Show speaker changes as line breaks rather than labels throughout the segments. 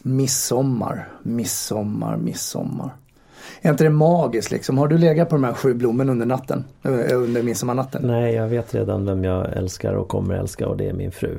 Midsommar. Är inte det magiskt liksom? Har du legat på de här 7 blommorna under natten? Under midsommarnatten?
Nej, jag vet redan vem jag älskar och kommer älska, och det är min fru.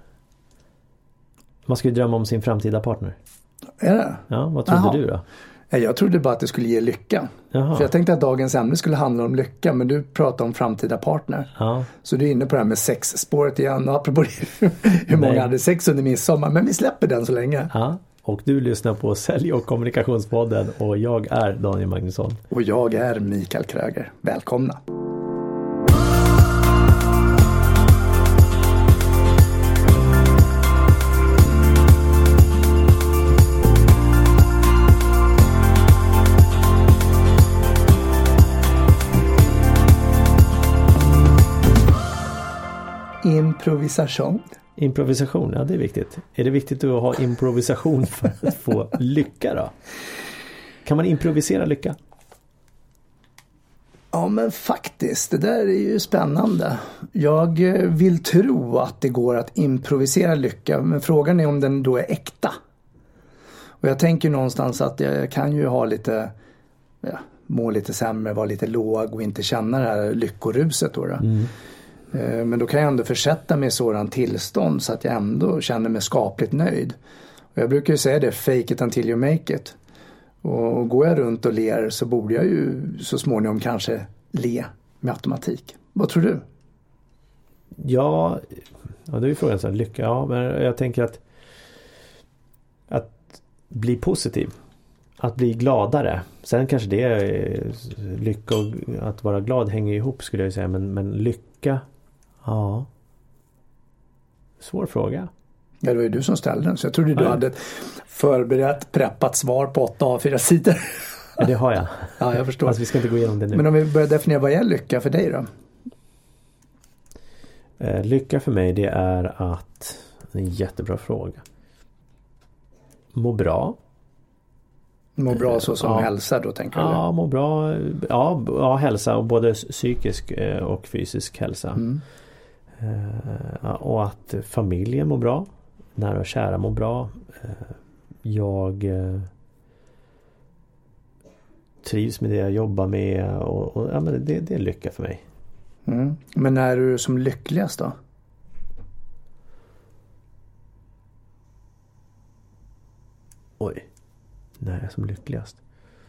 Man ska ju drömma om sin framtida partner.
Är det?
Ja, vad trodde du då?
Jag trodde bara att det skulle ge lycka.
Jaha.
För jag tänkte att dagens ämne skulle handla om lycka, men du pratar om framtida partner.
Ja.
Så du är inne på det här med sexspåret igen. Och apropå det, hur många hade sex under midsommar. Men vi släpper den så länge.
Ja, och du lyssnar på Sälj- och kommunikationspodden, och jag är Daniel Magnusson.
Och jag är Mikael Kröger. Välkomna!
Improvisation, ja, det är viktigt. Är det viktigt att ha improvisation för att få lycka då? Kan man improvisera lycka?
Ja, men faktiskt, det där är ju spännande. Jag vill tro att det går att improvisera lycka, men frågan är om den då är äkta. Och jag tänker någonstans att jag kan ju ha lite, må lite sämre, vara lite låg och inte känna det här lyckoruset då. Men då kan jag ändå försätta mig i sådan tillstånd så att jag ändå känner mig skapligt nöjd. Och jag brukar ju säga det, fake it until you make it. Och går jag runt och ler så borde jag ju så småningom kanske le med automatik. Vad tror du?
Ja, det är ju frågan så här, lycka. Ja, men jag tänker att bli positiv. Att bli gladare. Sen kanske det är lycka och att vara glad hänger ihop, skulle jag säga. Men lycka, ja. Svår fråga.
Ja, det var ju du som ställde den. Så jag trodde du hade ett förberett, preppat svar på 8 A4-sidor.
Ja, det har jag.
Ja, jag förstår.
Alltså, vi ska inte gå igenom det nu.
Men om vi börjar definiera, vad är lycka för dig då?
Lycka för mig, det är att... Det är en jättebra fråga. Må bra.
Må bra så som hälsa då, tänker du?
Ja, må bra. Ja, hälsa, och både psykisk och fysisk hälsa. Och att familjen mår bra. Nära och kära mår bra. Jag trivs med det jag jobbar med. Och ja, men det är lycka för mig.
Men när är du som lyckligast då?
Oj. När är jag som lyckligast?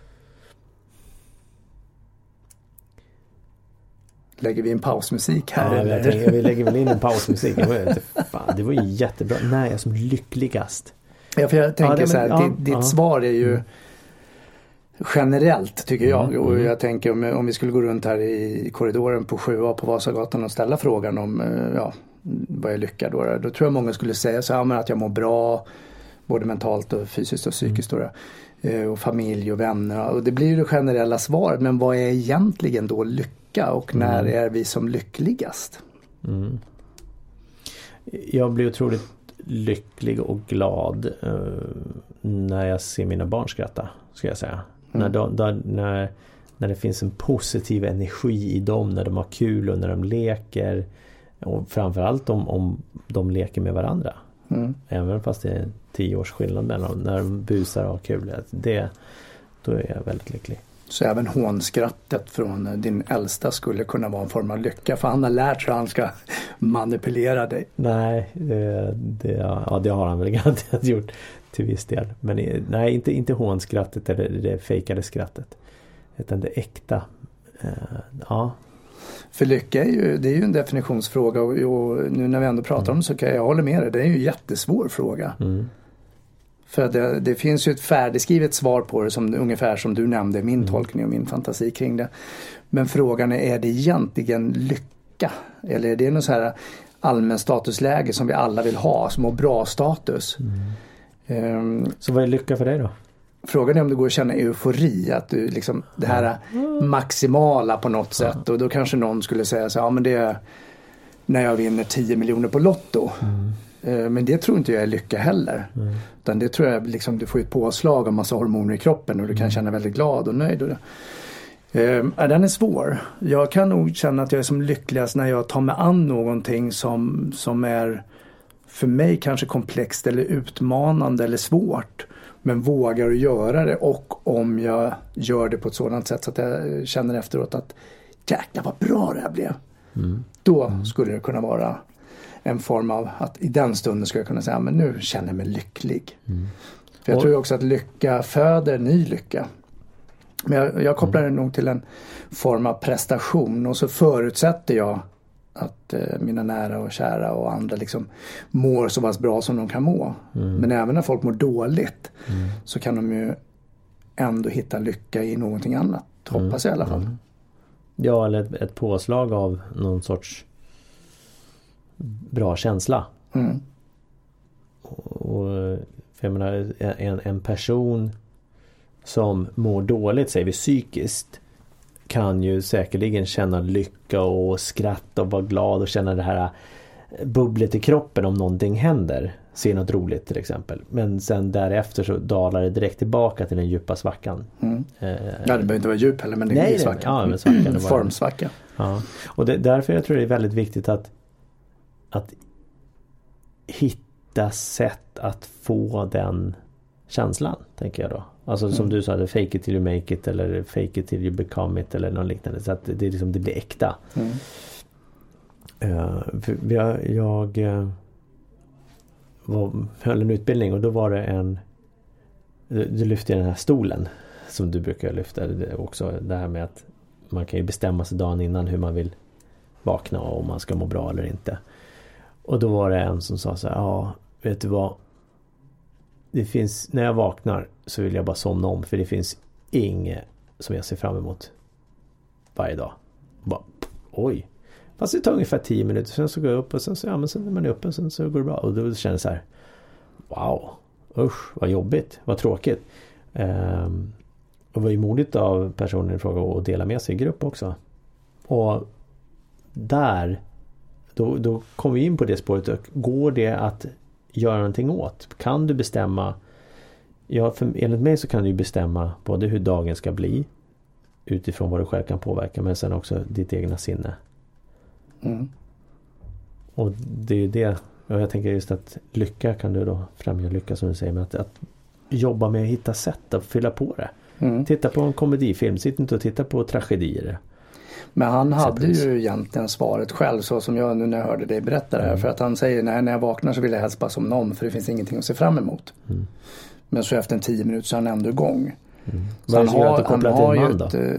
Lägger vi in pausmusik här?
Ja, jag tänker, vi lägger väl in en pausmusik. Det var ju jättebra. När är jag som lyckligast?
Ja, för jag tänker så här, ditt svar är ju generellt, tycker jag. Och jag tänker om vi skulle gå runt här i korridoren på 7A på Vasagatan och ställa frågan om vad är lycka då tror jag många skulle säga så här, men att jag mår bra både mentalt och fysiskt och psykiskt då. Och familj och vänner. Och det blir ju det generella svaret. Men vad är egentligen då lycka? Och när är vi som lyckligast?
Jag blir otroligt lycklig och glad när jag ser mina barn skratta, ska jag säga. När det finns en positiv energi i dem, när de har kul och när de leker. Och framförallt om de leker med varandra. Även fast det är 10 års skillnad mellan när de busar och har kul. Då är jag väldigt lycklig. Så
även hånskrattet från din äldsta skulle kunna vara en form av lycka, för han har lärt sig att han ska manipulera dig?
Nej, det har han väl garanterat gjort till viss del. Men nej, inte hånskrattet eller det fejkade skrattet, utan det äkta.
För lycka det är ju en definitionsfråga, och nu när vi ändå pratar om det så kan jag hålla med dig. Det är ju en jättesvår fråga. För det finns ju ett färdigskrivet svar på det, ungefär som du nämnde, min tolkning och min fantasi kring det. Men frågan är det egentligen lycka? Eller är det något så här allmän statusläge som vi alla vill ha, som har bra status?
Så vad är lycka för dig då?
Frågan är om du går att känna eufori, att du liksom det här maximala på något sätt. Och då kanske någon skulle säga så här, men det är när jag vinner 10 miljoner på Lotto. Men det tror inte jag är lycka heller. Utan det tror jag liksom, du får ett påslag av massa hormoner i kroppen och du kan känna väldigt glad och nöjd. Den är svår. Jag kan nog känna att jag är som lyckligast när jag tar mig an någonting som är för mig kanske komplext eller utmanande eller svårt. Men vågar du göra det, och om jag gör det på ett sådant sätt så att jag känner efteråt att jäklar vad bra det här blev. Då skulle det kunna vara en form av att i den stunden ska jag kunna säga men nu känner jag mig lycklig. För jag tror också att lycka föder ny lycka. Men jag kopplar det nog till en form av prestation, och så förutsätter jag att mina nära och kära och andra liksom mår så pass bra som de kan må. Men även när folk mår dåligt så kan de ju ändå hitta lycka i någonting annat. Hoppas jag i alla fall.
Ja, eller ett påslag av någon sorts bra känsla. Och för jag menar, en person som mår dåligt, säger vi psykiskt, kan ju säkerligen känna lycka och skratta och vara glad och känna det här bubblet i kroppen om någonting händer. Se något roligt till exempel. Men sen därefter så dalar det direkt tillbaka till den djupa svackan.
Ja, det behöver inte vara djup heller, men det är svackan.
Ja, men svackan är
formsvacka.
Ja. Och därför jag tror det är väldigt viktigt att hitta sätt att få den känslan, tänker jag då. Alltså som du sa, fake it till you make it, eller fake it till you become it, eller något liknande, så att det liksom, det blir äkta. Jag höll en utbildning, och då var det du lyfte den här stolen som du brukar lyfta, det också det här med att man kan ju bestämma sig dagen innan hur man vill vakna och om man ska må bra eller inte. Och då var det en som sa så här: ja, vet du vad, det finns, när jag vaknar så vill jag bara somna om, för det finns inget som jag ser fram emot varje dag. Bara, oj. Fast det tar ungefär 10 minuter, sen så går jag upp, och sen så, ja, men sen när man är uppe sen så går det bra. Och då känner jag så här: wow, usch, vad jobbigt, vad tråkigt. Och var ju modigt av personen i fråga att dela med sig i grupp också. Och där då kommer vi in på det spåret. Går det att göra någonting åt? Kan du bestämma? Ja, enligt mig så kan du bestämma både hur dagen ska bli utifrån vad du själv kan påverka, men sen också ditt egna sinne. Och det är ju det, och jag tänker just att lycka kan du då främja lycka, som du säger, men att jobba med att hitta sätt att fylla på det. Titta på en komedifilm, sitt inte och titta på tragedier.
Men han hade ju egentligen svaret själv, så som jag nu när jag hörde dig berätta det här. För att han säger, när jag vaknar så vill jag helst bara somna om, för det finns ingenting att se fram emot. Men så efter 10 minuter så är han ändå igång. Så han har ju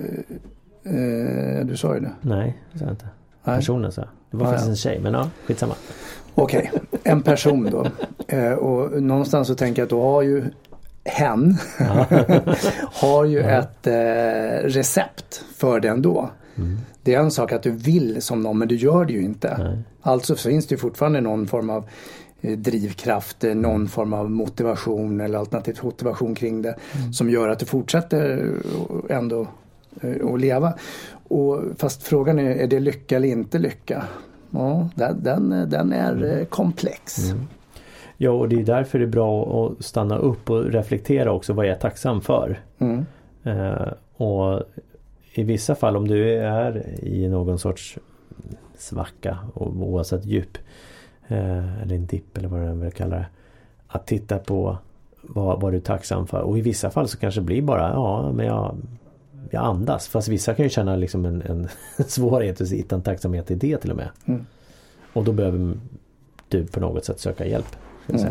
du sa ju det.
Nej, det sa jag inte. Personen sa. Det var faktiskt en tjej, men ja, skitsamma.
Okej, en person då. Och någonstans så tänker jag att då har ju hen har ju ett recept för den då. Det är en sak att du vill som någon, men du gör det ju inte. Alltså finns det ju fortfarande någon form av drivkraft, någon form av motivation eller alternativt motivation kring det som gör att du fortsätter ändå att leva. Och fast frågan är det lycka eller inte lycka? Ja, den är komplex.
Ja, och det är därför det är bra att stanna upp och reflektera också, vad jag är tacksam för. Och i vissa fall, om du är i någon sorts svacka, och oavsett djup eller en dipp eller vad du vill kalla det, att titta på vad du är tacksam för. Och i vissa fall så kanske det blir bara, men jag andas. Fast vissa kan ju känna liksom en svårighet att hitta en tacksamhet i det till och med. Och då behöver du på något sätt söka hjälp, ska jag säga.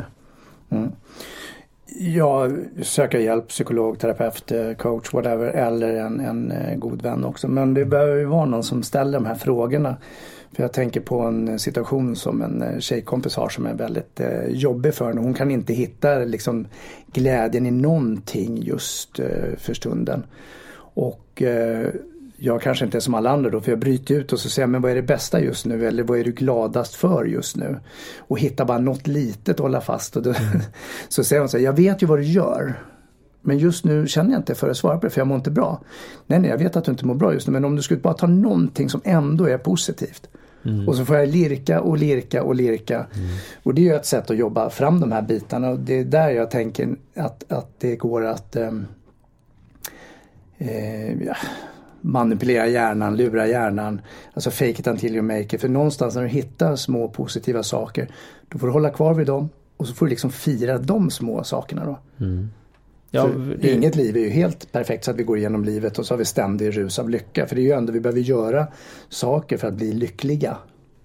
Ja, söka hjälp, psykolog, terapeut, coach, whatever, eller en god vän också. Men det behöver ju vara någon som ställer de här frågorna. För jag tänker på en situation som en tjejkompis har som är väldigt jobbig för henne. Hon kan inte hitta liksom glädjen i någonting just för stunden. Och jag kanske inte är som alla andra då, för jag bryter ut och så säger, men vad är det bästa just nu? Eller vad är du gladast för just nu? Och hitta bara något litet att hålla fast. Och då, så säger hon så här, jag vet ju vad du gör. Men just nu känner jag inte för att svara på det, för jag mår inte bra. Nej, jag vet att du inte mår bra just nu, men om du skulle bara ta någonting som ändå är positivt. Och så får jag lirka. Och det är ju ett sätt att jobba fram de här bitarna. Och det är där jag tänker att det går att manipulera hjärnan, lura hjärnan, alltså fake it until you make it. För någonstans när du hittar små positiva saker, då får du hålla kvar vid dem och så får du liksom fira de små sakerna då.
Ja,
inget liv är ju helt perfekt så att vi går igenom livet och så har vi ständig rus av lycka. För det är ju ändå, vi behöver göra saker för att bli lyckliga.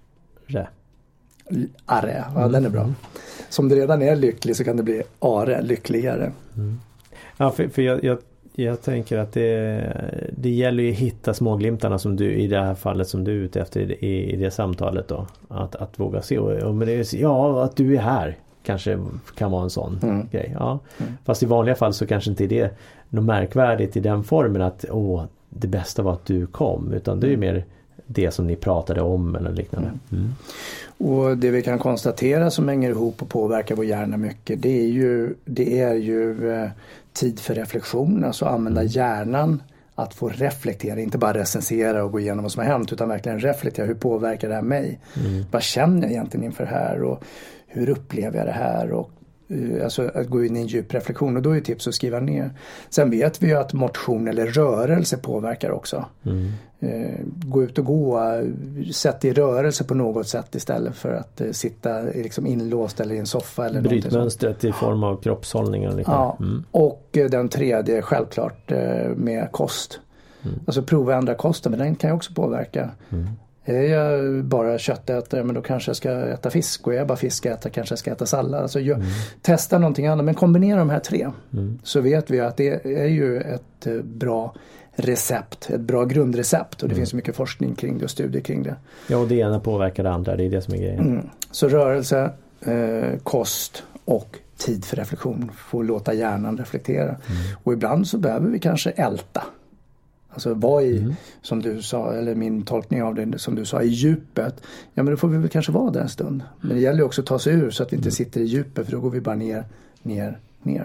Arre, ja den är bra. Som det redan är lycklig så kan det bli lyckligare.
Ja, för jag tänker att det gäller ju att hitta småglimtarna som du, i det här fallet som du är ute efter i det samtalet då. Att våga se. Men det är, att du är här kanske kan vara en sån grej. Ja. Fast i vanliga fall så kanske inte är det något märkvärdigt i den formen att det bästa var att du kom. Utan det är ju mer det som ni pratade om eller liknande.
Och det vi kan konstatera som hänger ihop och påverkar vår hjärna mycket, det är ju tid för reflektion, alltså använda hjärnan att få reflektera, inte bara recensera och gå igenom vad som har hänt utan verkligen reflektera, hur påverkar det här mig? Vad känner jag egentligen inför det här och hur upplever jag det här? Och alltså att gå in i en djup reflektion, och då är tips att skriva ner. Sen vet vi ju att motion eller rörelse påverkar också. Gå ut och gå, sätt i rörelse på något sätt istället för att sitta liksom inlåst eller i en soffa eller
brytmönstret i form av kroppshållning eller liknande.
Och den tredje självklart med kost. Alltså prova ändra kosten, men den kan ju också påverka. Är jag bara köttätare, men då kanske jag ska äta fisk, och är jag bara fiskätare kanske jag ska äta sallad. Alltså testa någonting annat, men kombinera de här tre. Så vet vi att det är ju ett bra recept, ett bra grundrecept, och det finns mycket forskning kring det och studier kring det.
Ja, och det ena påverkar det andra, det är det som är grejen.
Så rörelse, kost och tid för reflektion, få låta hjärnan reflektera. Och ibland så behöver vi kanske älta. Alltså vara i, som du sa, eller min tolkning av det som du sa, i djupet. Ja, men då får vi väl kanske vara där en stund. Men det gäller ju också att ta sig ur så att vi inte sitter i djupet, för då går vi bara ner.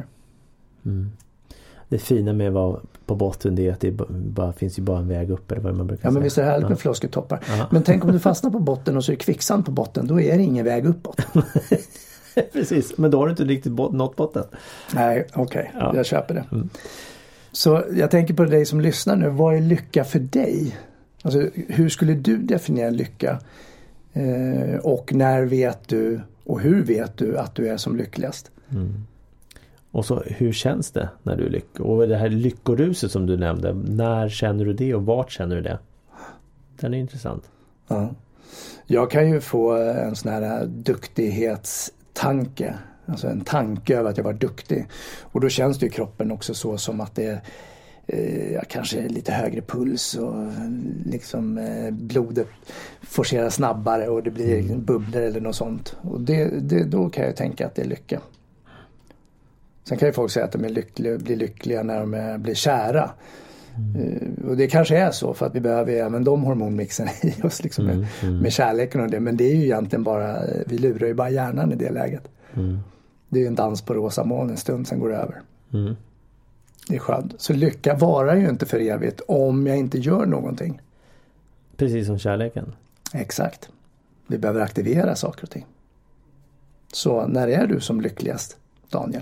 Det fina med att vara på botten, det är att det finns ju bara en väg upp, eller vad man brukar säga.
Men visst är det härligt med floskeltoppar. Men tänk om du fastnar på botten och så är det kvicksand på botten, då är det ingen väg uppåt.
Precis, men då har du inte riktigt nått botten.
Nej, okej. Jag köper det. Så jag tänker på dig som lyssnar nu. Vad är lycka för dig? Alltså, hur skulle du definiera lycka? Och när vet du och hur vet du att du är som lyckligast?
Och så hur känns det när du är lycklig? Och det här lyckoruset som du nämnde. När känner du det och vart känner du det? Den är intressant.
Ja. Jag kan ju få en sån här duktighetstanke. Alltså en tanke över att jag var duktig. Och då känns det i kroppen också så som att det kanske är lite högre puls och liksom blodet forcerar snabbare och det blir bubblor eller något sånt. Och då kan jag tänka att det är lycka. Sen kan ju folk säga att de blir lyckliga när de blir kära. Och det kanske är så, för att vi behöver även de hormonmixen i oss liksom med kärleken och det. Men det är ju egentligen bara, vi lurar ju bara hjärnan i det läget. Det är ju en dans på rosa moln en stund, sen går det över. Det är skönt. Så lycka varar ju inte för evigt om jag inte gör någonting.
Precis som kärleken.
Exakt. Vi behöver aktivera saker och ting. Så när är du som lyckligast, Daniel?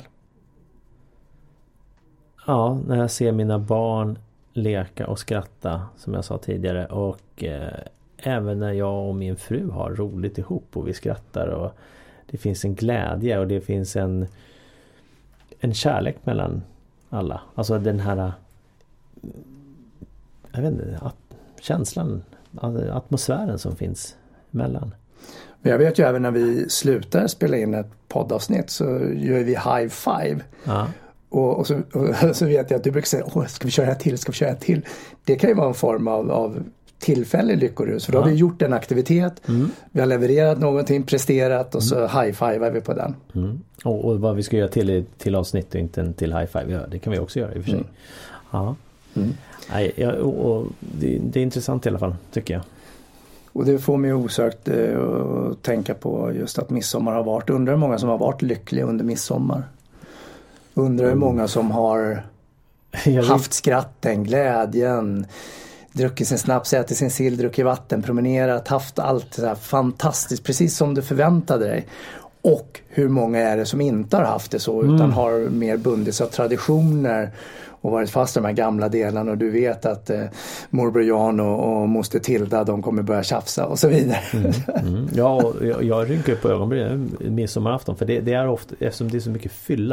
Ja, när jag ser mina barn leka och skratta, som jag sa tidigare. Och även när jag och min fru har roligt ihop och vi skrattar och det finns en glädje och det finns en kärlek mellan alla. Alltså den här, jag vet inte, känslan, atmosfären som finns mellan.
Men jag vet ju även när vi slutar spela in ett poddavsnitt så gör vi high five.
Ja.
Och så vet jag att du brukar säga, ska vi köra här till? Det kan ju vara en form av tillfällig lyckorus. För då har vi gjort en aktivitet, vi har levererat någonting, presterat och så high-fivar vi på den.
Och vad vi ska göra till avsnitt och inte till high-five, det kan vi också göra i och för sig. Ja. Nej, och det är intressant i alla fall, tycker jag.
Och det får mig osökt att tänka på just att midsommar har varit. Undrar hur många som har varit lyckliga under midsommar. Undrar hur många som har haft skratten, glädjen, druckit sin snaps, ätit sin sill, druckit vatten, promenerat, haft allt så här fantastiskt, precis som du förväntade dig. Och hur många är det som inte har haft det så, utan har mer bundits av traditioner och varit fast i de här gamla delarna, och du vet att morbror Jan och moster Tilda, de kommer börja tjafsa och så vidare.
Ja, och jag rynkar på ögonbrynen midsommarafton, för det är ofta, eftersom det är så mycket fylla,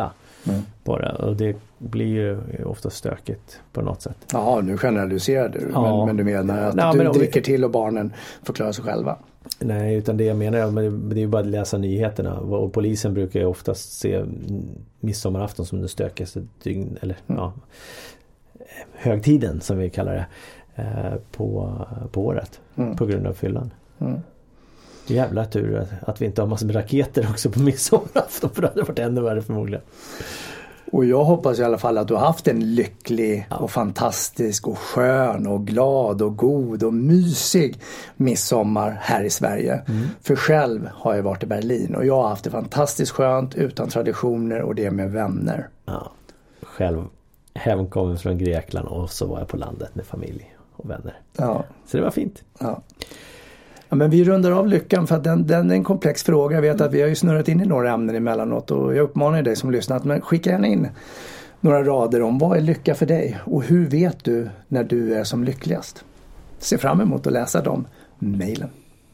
Bara. Och det blir ju ofta stökigt på något sätt.
Ja, nu generaliserar du.
Ja.
Men du menar att du dricker till och barnen får klara sig själva?
Nej, utan det jag menar, det är ju bara att läsa nyheterna. Och polisen brukar ju oftast se midsommarafton som den stökigaste dygn, eller högtiden som vi kallar det, på året. På grund av fyllan. Jävla tur att vi inte har massor med raketer också på midsommarafton, för det hade varit ännu värre förmodligen.
Och jag hoppas i alla fall att du har haft en lycklig och fantastisk och skön och glad och god och mysig midsommar här i Sverige. För själv har jag varit i Berlin och jag har haft det fantastiskt skönt utan traditioner och det med vänner.
Ja, själv hemkommen från Grekland och så var jag på landet med familj och vänner.
Ja.
Så det var fint.
Ja. Ja, men vi rundar av lyckan för att den är en komplex fråga. Jag vet att vi har ju snurrat in i några ämnen emellanåt och jag uppmanar dig som lyssnat, men skicka gärna in några rader om vad är lycka för dig och hur vet du när du är som lyckligast. Se fram emot att läsa de mejlen.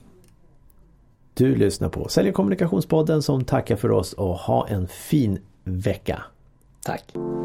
Du lyssnar på Sälj- och kommunikationspodden som tackar för oss och ha en fin vecka.
Tack.